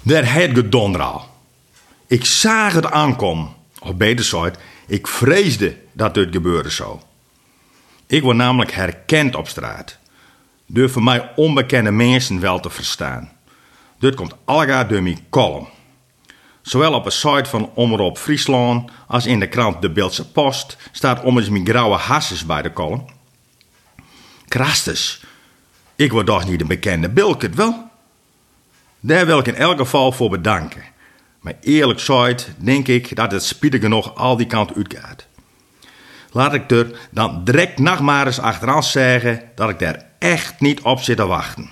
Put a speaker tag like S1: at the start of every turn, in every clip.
S1: Daar het gedonder al. Ik zag het aankomen. Of beter gezegd, ik vreesde dat dit gebeurde zou. Ik word namelijk herkend op straat. Door voor mij onbekende mensen wel te verstaan. Dit komt allegaar door mijn column. Zowel op de site van Omroep Friesland als in de krant De Beeldse Post staat ommers mijn grauwe hasses bij de column. Krastes, ik word toch niet een bekende bilkert, wel? Daar wil ik in elk geval voor bedanken. Maar eerlijk gezegd denk ik dat het spietig genoeg al die kant uitgaat. Laat ik er dan direct nog maar eens achteraan zeggen dat ik daar echt niet op zit te wachten.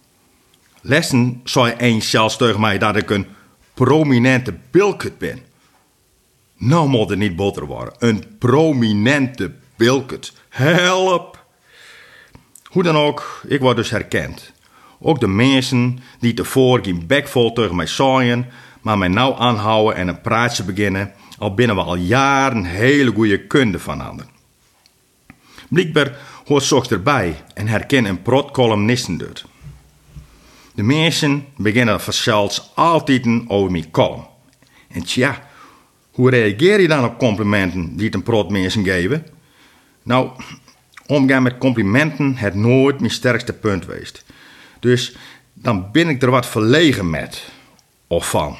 S1: Lessen zei eens zelfs tegen mij dat ik een prominente bilkert ben. Nou moet het niet boter worden. Een prominente bilkert. Help! Hoe dan ook, ik word dus herkend. Ook de mensen die tevoren geen bekvol tegen mij zeiden, maar mij nou aanhouden en een praatje beginnen, al binnen we al jaren hele goede kunde van hadden. Blijkbaar hoort zocht erbij en herken een prot-columnisten doet. De mensen beginnen vanzelfs altijd over mijn column. En tja, hoe reageer je dan op complimenten die het een prot mensen geven? Nou, omgaan met complimenten het nooit mijn sterkste punt geweest. Dus dan ben ik er wat verlegen met, of van.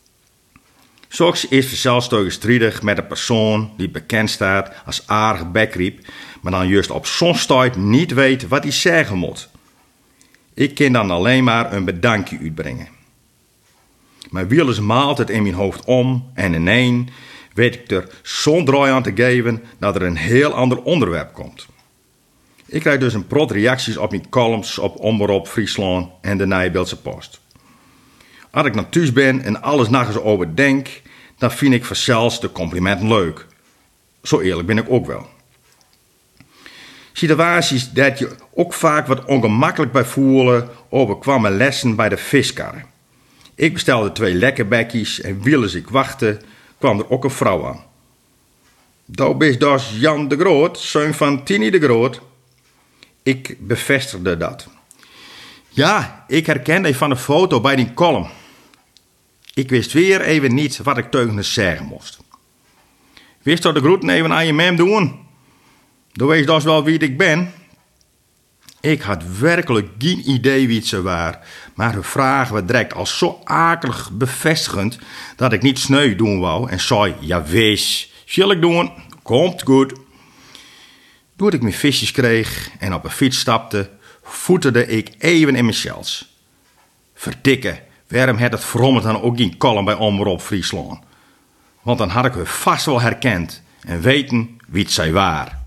S1: Soms is vanzelfs tegenstrijdig met een persoon die bekend staat als aardig bekriep, maar dan juist op zo'n tijd niet weet wat hij zeggen moet. Ik kan dan alleen maar een bedankje uitbrengen. Maar wielens maalt het in mijn hoofd om en ineens weet ik er zo'n draai aan te geven dat er een heel ander onderwerp komt. Ik krijg dus een prot reacties op mijn columns op Omroep Friesland en de Nieuwe Beeldse Post. Als ik naar thuis ben en alles nog eens overdenk, dan vind ik vanzelfs de complimenten leuk. Zo eerlijk ben ik ook wel. Situaties dat je ook vaak wat ongemakkelijk bij voelen overkwamen lessen bij de viskarren. Ik bestelde 2 lekkerbekjes en wielens ik wachtte, kwam er ook een vrouw aan. Dat is dus Jan de Groot, zoon van Tini de Groot. Ik bevestigde dat. Ja, ik herkende van de foto bij die column. Ik wist weer even niet wat ik tegen haar zeggen moest. Wist dat de groeten even aan je mem doen? Dan weet je dus wel wie ik ben. Ik had werkelijk geen idee wie het ze waren, maar hun vraag werd direct al zo akelig bevestigend dat ik niet sneu doen wou en zei, ja wees, zal ik doen, komt goed. Toen ik mijn visjes kreeg en op een fiets stapte, voeterde ik even in mijn shells. Verdikke, waarom had het vrommerd dan ook geen column bij Omroep Friesland? Want dan had ik haar vast wel herkend en weten wie het zij waren.